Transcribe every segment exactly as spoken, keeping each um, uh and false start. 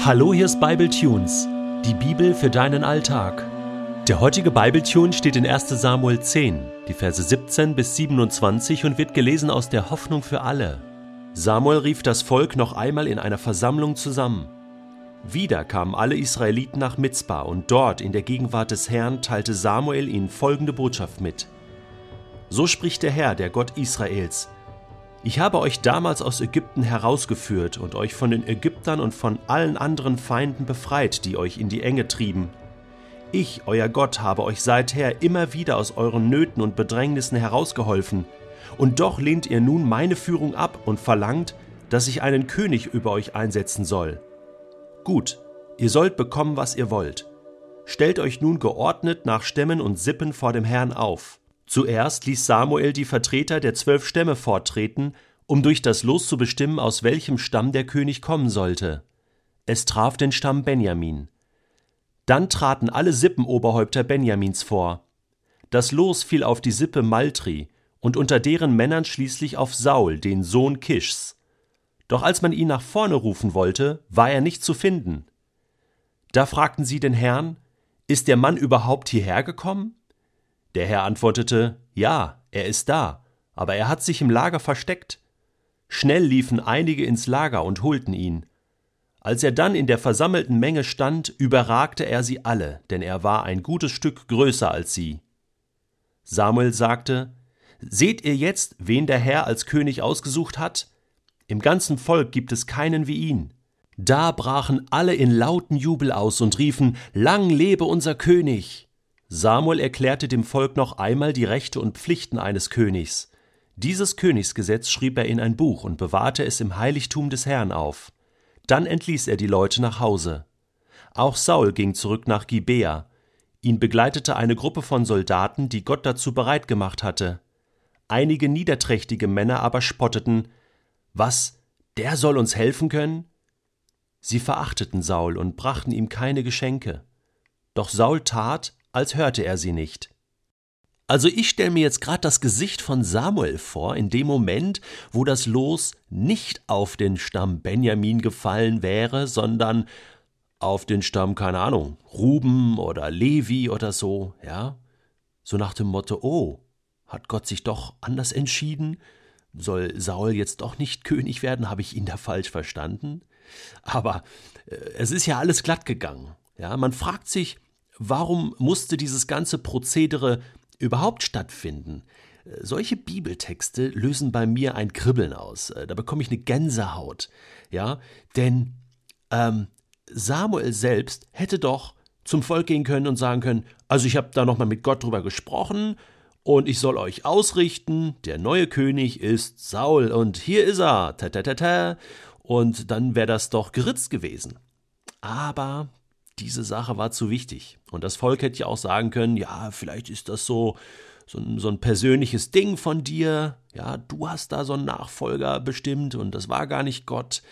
Hallo, hier ist Bible Tunes, die Bibel für deinen Alltag. Der heutige Bible Tune steht in erster Samuel zehn, die Verse siebzehn bis siebenundzwanzig und wird gelesen aus der Hoffnung für alle. Samuel rief das Volk noch einmal in einer Versammlung zusammen. Wieder kamen alle Israeliten nach Mizpa und dort in der Gegenwart des Herrn teilte Samuel ihnen folgende Botschaft mit. So spricht der Herr, der Gott Israels: Ich habe euch damals aus Ägypten herausgeführt und euch von den Ägyptern und von allen anderen Feinden befreit, die euch in die Enge trieben. Ich, euer Gott, habe euch seither immer wieder aus euren Nöten und Bedrängnissen herausgeholfen. Und doch lehnt ihr nun meine Führung ab und verlangt, dass ich einen König über euch einsetzen soll. Gut, ihr sollt bekommen, was ihr wollt. Stellt euch nun geordnet nach Stämmen und Sippen vor dem Herrn auf. Zuerst ließ Samuel die Vertreter der zwölf Stämme vortreten, um durch das Los zu bestimmen, aus welchem Stamm der König kommen sollte. Es traf den Stamm Benjamin. Dann traten alle Sippenoberhäupter Benjamins vor. Das Los fiel auf die Sippe Maltri und unter deren Männern schließlich auf Saul, den Sohn Kischs. Doch als man ihn nach vorne rufen wollte, war er nicht zu finden. Da fragten sie den Herrn: Ist der Mann überhaupt hierher gekommen? Der Herr antwortete: Ja, er ist da, aber er hat sich im Lager versteckt. Schnell liefen einige ins Lager und holten ihn. Als er dann in der versammelten Menge stand, überragte er sie alle, denn er war ein gutes Stück größer als sie. Samuel sagte: Seht ihr jetzt, wen der Herr als König ausgesucht hat? Im ganzen Volk gibt es keinen wie ihn. Da brachen alle in lauten Jubel aus und riefen: Lang lebe unser König! Samuel erklärte dem Volk noch einmal die Rechte und Pflichten eines Königs. Dieses Königsgesetz schrieb er in ein Buch und bewahrte es im Heiligtum des Herrn auf. Dann entließ er die Leute nach Hause. Auch Saul ging zurück nach Gibea. Ihn begleitete eine Gruppe von Soldaten, die Gott dazu bereit gemacht hatte. Einige niederträchtige Männer aber spotteten: Was, der soll uns helfen können? Sie verachteten Saul und brachten ihm keine Geschenke. Doch Saul tat, als hörte er sie nicht. Also ich stelle mir jetzt gerade das Gesicht von Samuel vor, in dem Moment, wo das Los nicht auf den Stamm Benjamin gefallen wäre, sondern auf den Stamm, keine Ahnung, Ruben oder Levi oder so, ja? So nach dem Motto: Oh, hat Gott sich doch anders entschieden? Soll Saul jetzt doch nicht König werden? Habe ich ihn da falsch verstanden? Aber äh, es ist ja alles glatt gegangen. Ja? Man fragt sich, warum musste dieses ganze Prozedere überhaupt stattfinden? Solche Bibeltexte lösen bei mir ein Kribbeln aus. Da bekomme ich eine Gänsehaut. Ja, denn ähm, Samuel selbst hätte doch zum Volk gehen können und sagen können: Also ich habe da nochmal mit Gott drüber gesprochen und ich soll euch ausrichten, der neue König ist Saul und hier ist er, ta ta ta ta. Und dann wäre das doch geritzt gewesen. Aber diese Sache war zu wichtig. Und das Volk hätte ja auch sagen können: Ja, vielleicht ist das so, so, ein, so ein persönliches Ding von dir. Ja, du hast da so einen Nachfolger bestimmt und das war gar nicht Gott.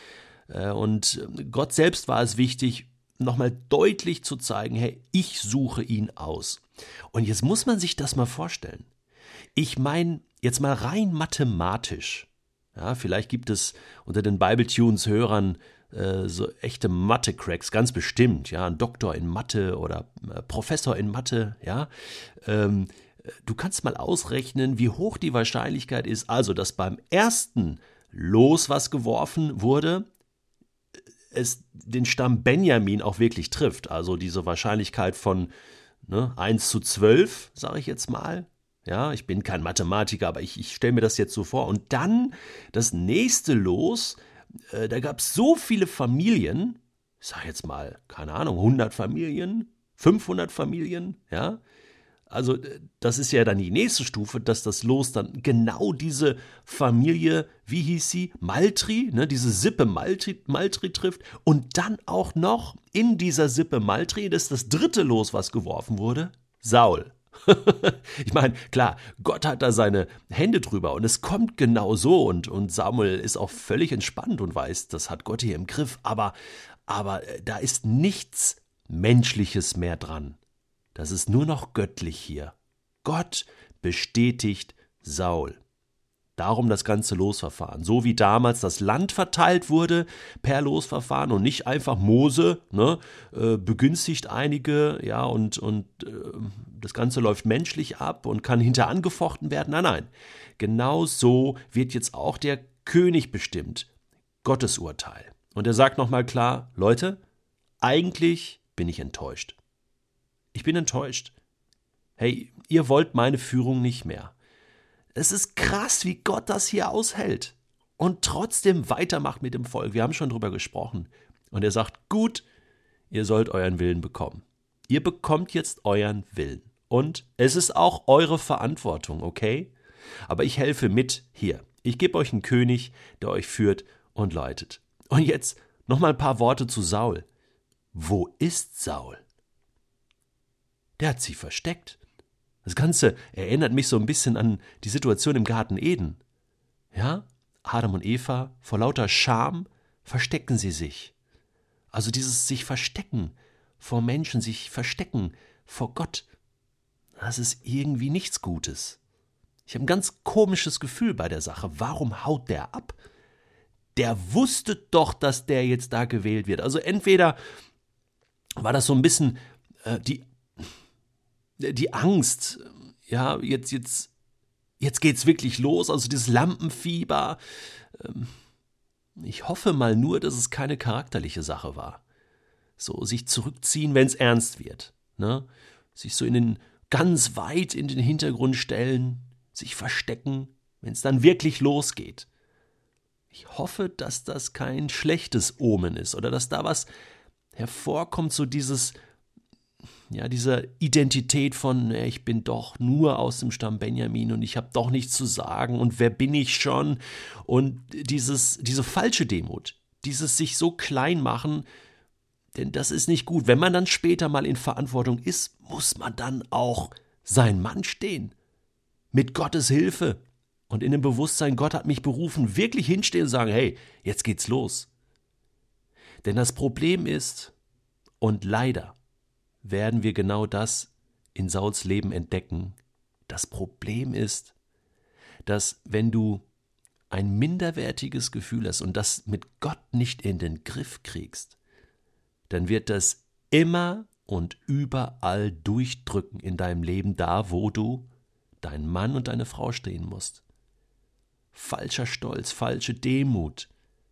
Und Gott selbst war es wichtig, nochmal deutlich zu zeigen: Hey, ich suche ihn aus. Und jetzt muss man sich das mal vorstellen. Ich meine, jetzt mal rein mathematisch. Ja, vielleicht gibt es unter den Bible-Tunes-Hörern so echte Mathe-Cracks, ganz bestimmt, ja, ein Doktor in Mathe oder Professor in Mathe, ja. Ähm, du kannst mal ausrechnen, wie hoch die Wahrscheinlichkeit ist, also, dass beim ersten Los, was geworfen wurde, es den Stamm Benjamin auch wirklich trifft. Also diese Wahrscheinlichkeit von ne, eins zu zwölf, sage ich jetzt mal. Ja, ich bin kein Mathematiker, aber ich, ich stelle mir das jetzt so vor. Und dann das nächste Los. Da gab es so viele Familien, ich sage jetzt mal, keine Ahnung, hundert Familien, fünfhundert Familien, ja. Also das ist ja dann die nächste Stufe, dass das Los dann genau diese Familie, wie hieß sie, Maltri, ne, diese Sippe Maltri, Maltri trifft und dann auch noch in dieser Sippe Maltri, das ist das dritte Los, was geworfen wurde, Saul. Ich meine, klar, Gott hat da seine Hände drüber und es kommt genau so und, und Samuel ist auch völlig entspannt und weiß, das hat Gott hier im Griff, aber, aber da ist nichts Menschliches mehr dran. Das ist nur noch göttlich hier. Gott bestätigt Saul. Darum das ganze Losverfahren. So wie damals das Land verteilt wurde per Losverfahren und nicht einfach Mose, ne, äh, begünstigt einige, ja, und, und äh, das Ganze läuft menschlich ab und kann hinter angefochten werden. Nein, nein. Genau so wird jetzt auch der König bestimmt. Gottes Urteil. Und er sagt nochmal klar, Leute, eigentlich bin ich enttäuscht. Ich bin enttäuscht. Hey, ihr wollt meine Führung nicht mehr. Es ist krass, wie Gott das hier aushält und trotzdem weitermacht mit dem Volk. Wir haben schon drüber gesprochen. Und er sagt, gut, ihr sollt euren Willen bekommen. Ihr bekommt jetzt euren Willen. Und es ist auch eure Verantwortung, okay? Aber ich helfe mit hier. Ich gebe euch einen König, der euch führt und leitet. Und jetzt nochmal ein paar Worte zu Saul. Wo ist Saul? Der hat sie versteckt. Das Ganze erinnert mich so ein bisschen an die Situation im Garten Eden. Ja, Adam und Eva, vor lauter Scham verstecken sie sich. Also dieses sich verstecken vor Menschen, sich verstecken vor Gott, das ist irgendwie nichts Gutes. Ich habe ein ganz komisches Gefühl bei der Sache. Warum haut der ab? Der wusste doch, dass der jetzt da gewählt wird. Also entweder war das so ein bisschen äh, die Die Angst, ja, jetzt, jetzt, jetzt geht's wirklich los, also dieses Lampenfieber. Ich hoffe mal nur, dass es keine charakterliche Sache war. So, sich zurückziehen, wenn es ernst wird, ne? Sich so in den, ganz weit in den Hintergrund stellen, sich verstecken, wenn es dann wirklich losgeht. Ich hoffe, dass das kein schlechtes Omen ist oder dass da was hervorkommt, so dieses Ja, diese Identität von, ich bin doch nur aus dem Stamm Benjamin und ich habe doch nichts zu sagen und wer bin ich schon? Und dieses, diese falsche Demut, dieses sich so klein machen, denn das ist nicht gut. Wenn man dann später mal in Verantwortung ist, muss man dann auch sein Mann stehen. Mit Gottes Hilfe und in dem Bewusstsein, Gott hat mich berufen, wirklich hinstehen und sagen, hey, jetzt geht's los. Denn das Problem ist, und leider, werden wir genau das in Sauls Leben entdecken. Das Problem ist, dass wenn du ein minderwertiges Gefühl hast und das mit Gott nicht in den Griff kriegst, dann wird das immer und überall durchdrücken in deinem Leben, da wo du dein Mann und deine Frau stehen musst. Falscher Stolz, falsche Demut,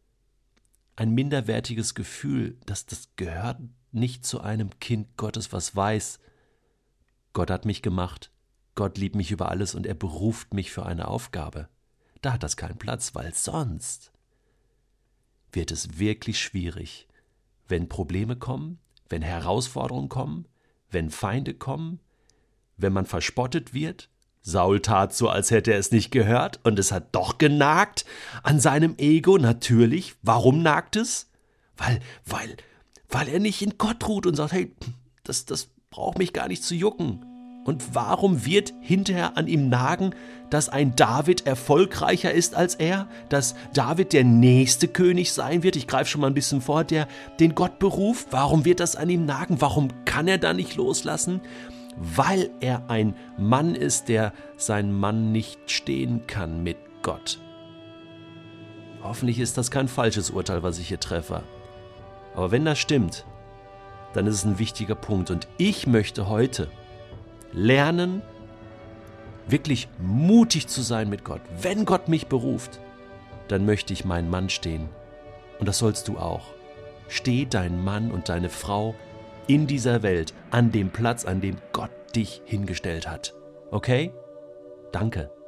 ein minderwertiges Gefühl, das, das gehört nicht zu einem Kind Gottes, was weiß, Gott hat mich gemacht, Gott liebt mich über alles und er beruft mich für eine Aufgabe. Da hat das keinen Platz, weil sonst wird es wirklich schwierig, wenn Probleme kommen, wenn Herausforderungen kommen, wenn Feinde kommen, wenn man verspottet wird. Saul tat so, als hätte er es nicht gehört und es hat doch genagt an seinem Ego, natürlich. Warum nagt es? Weil, weil, weil er nicht in Gott ruht und sagt, hey, das, das braucht mich gar nicht zu jucken. Und warum wird hinterher an ihm nagen, dass ein David erfolgreicher ist als er, dass David der nächste König sein wird? Ich greife schon mal ein bisschen vor, der den Gott beruft. Warum wird das an ihm nagen? Warum kann er da nicht loslassen? Weil er ein Mann ist, der seinen Mann nicht stehen kann mit Gott. Hoffentlich ist das kein falsches Urteil, was ich hier treffe. Aber wenn das stimmt, dann ist es ein wichtiger Punkt. Und ich möchte heute lernen, wirklich mutig zu sein mit Gott. Wenn Gott mich beruft, dann möchte ich meinen Mann stehen. Und das sollst du auch. Steh dein Mann und deine Frau in dieser Welt an dem Platz, an dem Gott dich hingestellt hat. Okay? Danke.